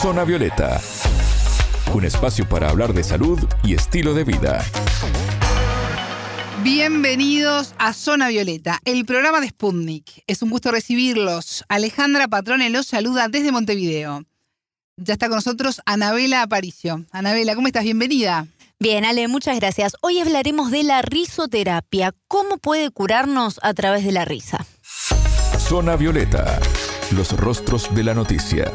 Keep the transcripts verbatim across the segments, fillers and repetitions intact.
Zona Violeta, un espacio para hablar de salud y estilo de vida. Bienvenidos a Zona Violeta, el programa de Sputnik. Es un gusto recibirlos. Alejandra Patrone los saluda desde Montevideo. Ya está con nosotros Anabela Aparicio. Anabela, ¿cómo estás? Bienvenida. Bien, Ale, muchas gracias. Hoy hablaremos de la risoterapia. ¿Cómo puede curarnos a través de la risa? Zona Violeta, los rostros de la noticia.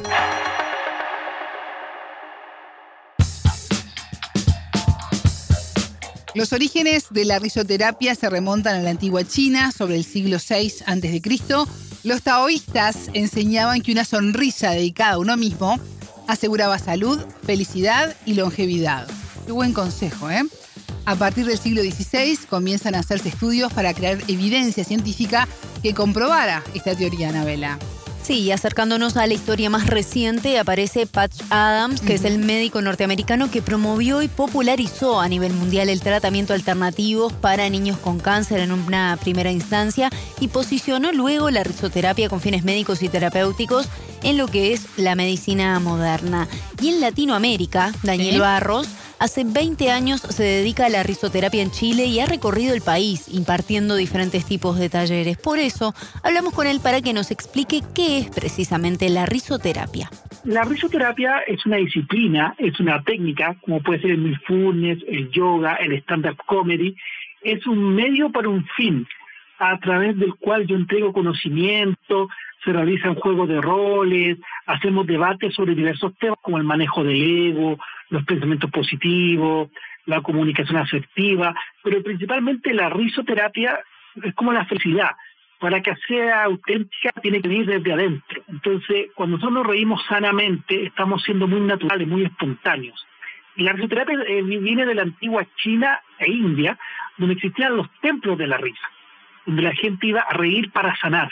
Los orígenes de la risoterapia se remontan a la antigua China, sobre el siglo seis antes de Cristo. Los taoístas enseñaban que una sonrisa dedicada a uno mismo aseguraba salud, felicidad y longevidad. Qué buen consejo, ¿eh? A partir del siglo dieciséis comienzan a hacerse estudios para crear evidencia científica que comprobara esta teoría, Anabela. Sí, y acercándonos a la historia más reciente, aparece Patch Adams, que uh-huh. es el médico norteamericano que promovió y popularizó a nivel mundial el tratamiento alternativo para niños con cáncer en una primera instancia y posicionó luego la risoterapia con fines médicos y terapéuticos en lo que es la medicina moderna. Y en Latinoamérica, Daniel ¿Sí? Barros, hace veinte años se dedica a la risoterapia en Chile y ha recorrido el país impartiendo diferentes tipos de talleres. Por eso, hablamos con él para que nos explique qué es precisamente la risoterapia. La risoterapia es una disciplina, es una técnica, como puede ser el mindfulness, el yoga, el stand-up comedy. Es un medio para un fin, a través del cual yo entrego conocimiento, se realizan juegos de roles, hacemos debates sobre diversos temas como el manejo del ego, los pensamientos positivos, la comunicación asertiva, pero principalmente la risoterapia es como la felicidad. Para que sea auténtica tiene que venir desde adentro. Entonces, cuando nosotros nos reímos sanamente, estamos siendo muy naturales, muy espontáneos. Y la risoterapia eh, viene de la antigua China e India, donde existían los templos de la risa, donde la gente iba a reír para sanar.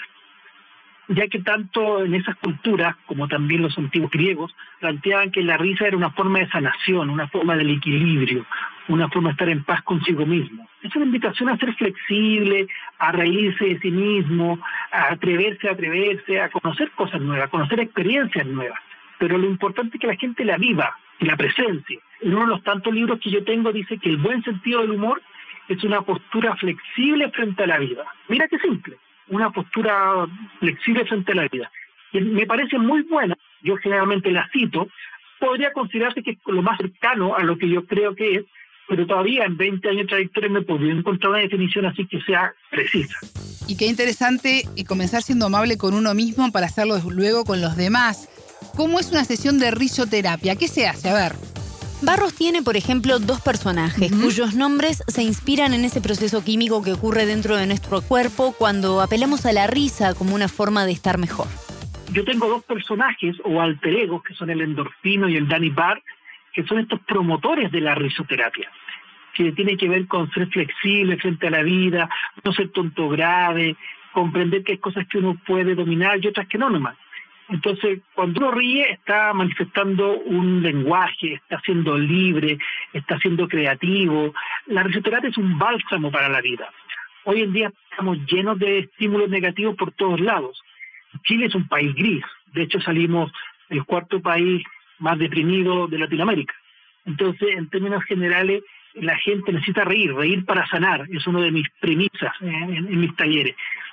Ya que tanto en esas culturas, como también los antiguos griegos, planteaban que la risa era una forma de sanación, una forma del equilibrio, una forma de estar en paz consigo mismo. Es una invitación a ser flexible, a reírse de sí mismo, a atreverse a atreverse, a conocer cosas nuevas, a conocer experiencias nuevas. Pero lo importante es que la gente la viva y la presencie. En uno de los tantos libros que yo tengo dice que el buen sentido del humor es una postura flexible frente a la vida. Mira qué simple. Una postura flexible frente a la vida. Y me parece muy buena, yo generalmente la cito, podría considerarse que es lo más cercano a lo que yo creo que es, pero todavía en veinte años de trayectoria me podría encontrar una definición así que sea precisa. Y qué interesante comenzar siendo amable con uno mismo para hacerlo luego con los demás. ¿Cómo es una sesión de risoterapia? ¿Qué se hace? A ver. Barros tiene, por ejemplo, dos personajes uh-huh. cuyos nombres se inspiran en ese proceso químico que ocurre dentro de nuestro cuerpo cuando apelamos a la risa como una forma de estar mejor. Yo tengo dos personajes o alter egos, que son el endorfino y el Danny Barr, que son estos promotores de la risoterapia, que tiene que ver con ser flexible frente a la vida, no ser tonto grave, comprender que hay cosas que uno puede dominar y otras que no nomás. Entonces, cuando uno ríe, está manifestando un lenguaje, está siendo libre, está siendo creativo. La risoterapia es un bálsamo para la vida. Hoy en día estamos llenos de estímulos negativos por todos lados. Chile es un país gris. De hecho, salimos el cuarto país más deprimido de Latinoamérica. Entonces, en términos generales, la gente necesita reír, reír para sanar. Es una de mis premisas eh, en, en mis talleres.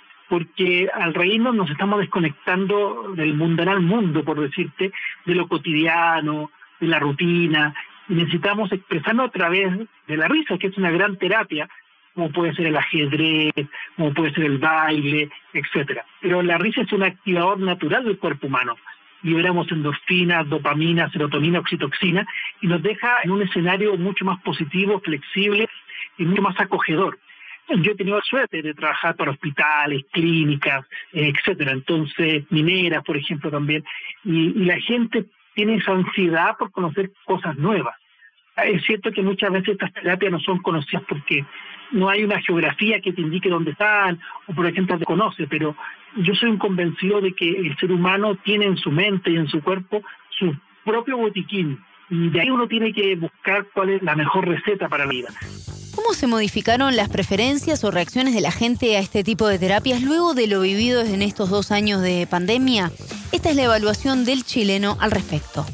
Porque al reírnos nos estamos desconectando del mundanal mundo, por decirte, de lo cotidiano, de la rutina, y necesitamos expresarnos a través de la risa, que es una gran terapia, como puede ser el ajedrez, como puede ser el baile, etcétera. Pero la risa es un activador natural del cuerpo humano. Liberamos endorfinas, dopamina, serotonina, oxitoxina, y nos deja en un escenario mucho más positivo, flexible y mucho más acogedor. Yo he tenido la suerte de trabajar para hospitales, clínicas, etcétera. Entonces, mineras, por ejemplo, también. Y, y la gente tiene esa ansiedad por conocer cosas nuevas. Es cierto que muchas veces estas terapias no son conocidas porque no hay una geografía que te indique dónde están, o por ejemplo te conoce, pero yo soy un convencido de que el ser humano tiene en su mente y en su cuerpo su propio botiquín. Y de ahí uno tiene que buscar cuál es la mejor receta para la vida. ¿Cómo se modificaron las preferencias o reacciones de la gente a este tipo de terapias luego de lo vivido en estos dos años de pandemia? Esta es la evaluación del chileno al respecto.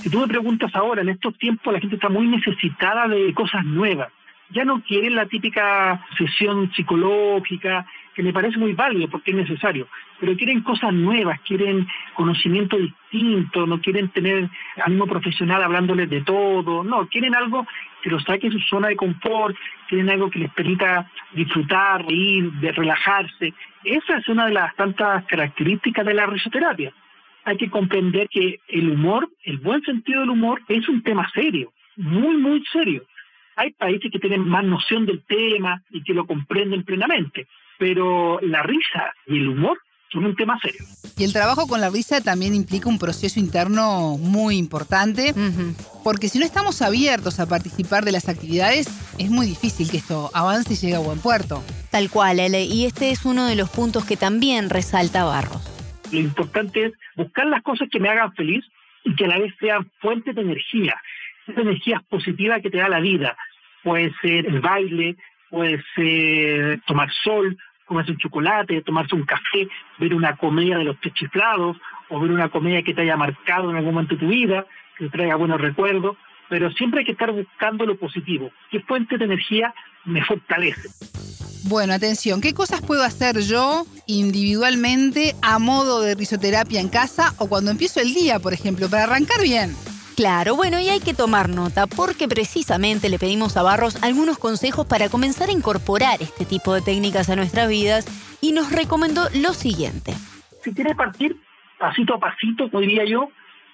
Si tú me preguntas ahora, en estos tiempos la gente está muy necesitada de cosas nuevas. Ya no quieren la típica sesión psicológica, que me parece muy válido porque es necesario, pero quieren cosas nuevas, quieren conocimiento distinto, no quieren tener ánimo profesional hablándoles de todo, no, quieren algo que los saque de su zona de confort, quieren algo que les permita disfrutar, reír, de relajarse. Esa es una de las tantas características de la risoterapia. Hay que comprender que el humor, el buen sentido del humor, es un tema serio, muy, muy serio. Hay países que tienen más noción del tema y que lo comprenden plenamente, pero la risa y el humor son un tema serio. Y el trabajo con la risa también implica un proceso interno muy importante, uh-huh. porque si no estamos abiertos a participar de las actividades, es muy difícil que esto avance y llegue a buen puerto. Tal cual, Ele, y este es uno de los puntos que también resalta Barros. Lo importante es buscar las cosas que me hagan feliz y que a la vez sean fuentes de energía. Esa energía positiva que te da la vida. Puede ser el baile, puede ser tomar sol, comerse un chocolate, tomarse un café, ver una comedia de los Tres Chiflados, o ver una comedia que te haya marcado en algún momento de tu vida, que te traiga buenos recuerdos, pero siempre hay que estar buscando lo positivo. ¿Qué fuente de energía me fortalece? Bueno, atención, ¿qué cosas puedo hacer yo individualmente a modo de risoterapia en casa o cuando empiezo el día, por ejemplo, para arrancar bien? Claro, bueno, y hay que tomar nota porque precisamente le pedimos a Barros algunos consejos para comenzar a incorporar este tipo de técnicas a nuestras vidas y nos recomendó lo siguiente. Si quiere partir pasito a pasito, como diría yo,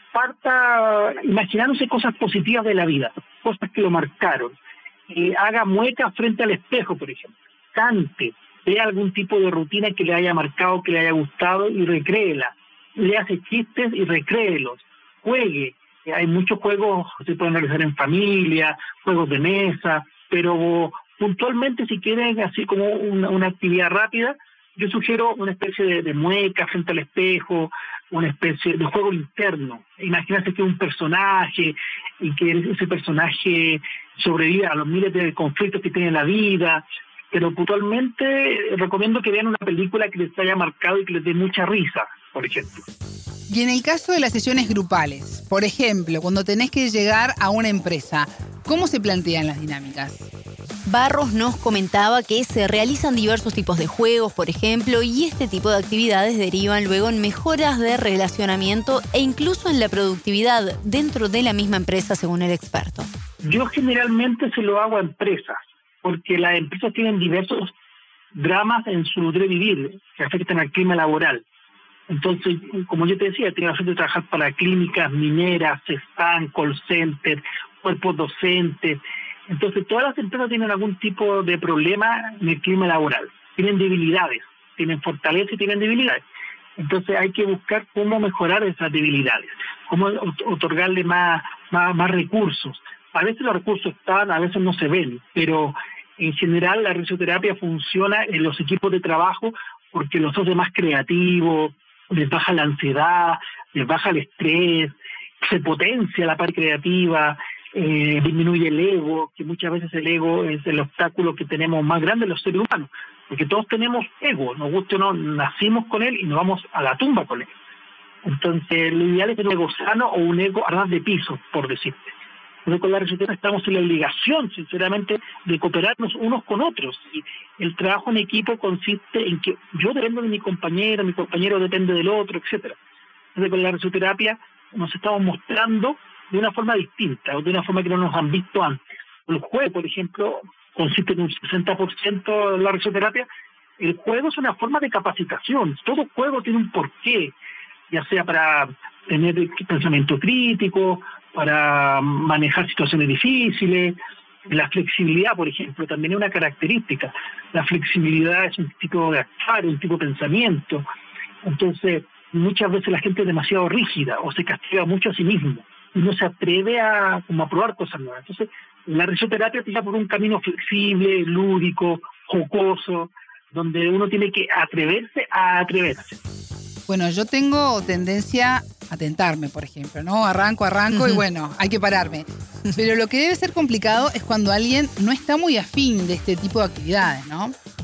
parta imaginándose cosas positivas de la vida, cosas que lo marcaron. Eh, haga muecas frente al espejo, por ejemplo. Cante, vea algún tipo de rutina que le haya marcado, que le haya gustado y recréela. Le hace chistes y recréelos. Juegue. Hay muchos juegos que se pueden realizar en familia, juegos de mesa, pero puntualmente si quieren así como una, una actividad rápida, yo sugiero una especie de, de mueca frente al espejo, una especie de juego interno. Imagínense que un personaje y que ese personaje sobrevive a los miles de conflictos que tiene en la vida, pero puntualmente recomiendo que vean una película que les haya marcado y que les dé mucha risa, por ejemplo. Y en el caso de las sesiones grupales, por ejemplo, cuando tenés que llegar a una empresa, ¿cómo se plantean las dinámicas? Barros nos comentaba que se realizan diversos tipos de juegos, por ejemplo, y este tipo de actividades derivan luego en mejoras de relacionamiento e incluso en la productividad dentro de la misma empresa, según el experto. Yo generalmente se lo hago a empresas, porque las empresas tienen diversos dramas en su vivir que afectan al clima laboral. Entonces, como yo te decía, tengo la suerte de trabajar para clínicas mineras, CESPAN, call center, cuerpos docentes. Entonces, todas las empresas tienen algún tipo de problema en el clima laboral. Tienen debilidades, tienen fortalezas y tienen debilidades. Entonces, hay que buscar cómo mejorar esas debilidades, cómo otorgarle más, más, más recursos. A veces los recursos están, a veces no se ven, pero en general la risoterapia funciona en los equipos de trabajo porque los hace más creativos, les baja la ansiedad, les baja el estrés, se potencia la parte creativa, eh, disminuye el ego, que muchas veces el ego es el obstáculo que tenemos más grande los seres humanos, porque todos tenemos ego, nos gusta o no, nacimos con él y nos vamos a la tumba con él. Entonces, lo ideal es tener un ego sano o un ego a ras de piso, por decirte. Entonces, con la risoterapia estamos en la obligación, sinceramente, de cooperarnos unos con otros. Y el trabajo en equipo consiste en que yo dependo de mi compañero, mi compañero depende del otro, etcétera. Entonces, con la risoterapia nos estamos mostrando de una forma distinta, o de una forma que no nos han visto antes. El juego, por ejemplo, consiste en un sesenta por ciento de la risoterapia. El juego es una forma de capacitación. Todo juego tiene un porqué, ya sea para tener pensamiento crítico, para manejar situaciones difíciles. La flexibilidad, por ejemplo, también es una característica. La flexibilidad es un tipo de actuar, un tipo de pensamiento. Entonces, muchas veces la gente es demasiado rígida o se castiga mucho a sí mismo y no se atreve a, como a probar cosas nuevas. Entonces, la risoterapia te lleva por un camino flexible, lúdico, jocoso, donde uno tiene que atreverse a atreverse. Bueno, yo tengo tendencia a tentarme, por ejemplo, ¿no? Arranco, arranco uh-huh. y bueno, hay que pararme. Pero lo que debe ser complicado es cuando alguien no está muy afín de este tipo de actividades, ¿no?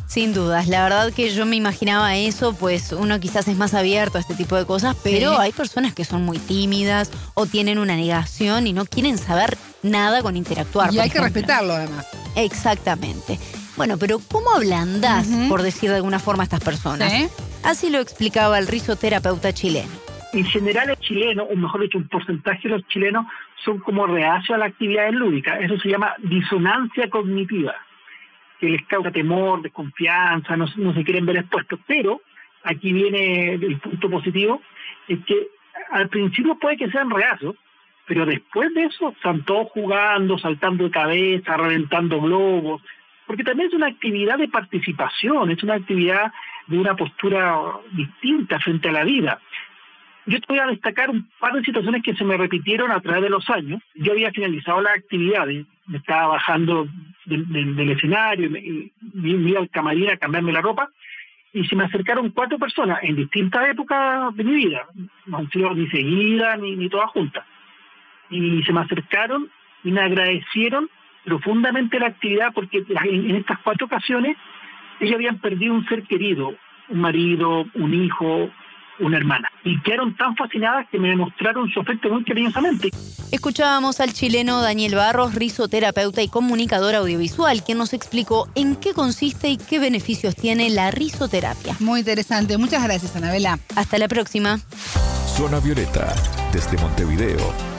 Sin dudas, la verdad que yo me imaginaba eso, pues uno quizás es más abierto a este tipo de cosas, pero Sí. hay personas que son muy tímidas o tienen una negación y no quieren saber nada con interactuar. Y por hay que ejemplo. respetarlo además. Exactamente. Bueno, pero ¿cómo ablandás, Ujú. por decir de alguna forma, a estas personas? ¿Sí? Así lo explicaba el risoterapeuta chileno. En general el chileno, o mejor dicho, un porcentaje de los chilenos son como reacios a las actividades lúdicas. Eso se llama disonancia cognitiva, que les causa temor, desconfianza, no, no se quieren ver expuestos. Pero aquí viene el punto positivo, es que al principio puede que sean reacios, pero después de eso están todos jugando, saltando de cabeza, reventando globos, porque también es una actividad de participación, es una actividad de una postura distinta frente a la vida. Yo te voy a destacar un par de situaciones que se me repitieron a través de los años. Yo había finalizado las actividades, me estaba bajando del, del, del escenario, me, me, me iba al camarín a cambiarme la ropa, y se me acercaron cuatro personas en distintas épocas de mi vida, no han sido ni seguidas ni, ni todas juntas. Y se me acercaron y me agradecieron profundamente la actividad porque en, en estas cuatro ocasiones ellos habían perdido un ser querido, un marido, un hijo, una hermana. Y quedaron tan fascinadas que me demostraron su afecto muy cariñosamente. Escuchábamos al chileno Daniel Barros, risoterapeuta y comunicador audiovisual, quien nos explicó en qué consiste y qué beneficios tiene la risoterapia. Muy interesante. Muchas gracias, Anabela. Hasta la próxima. Zona Violeta, desde Montevideo,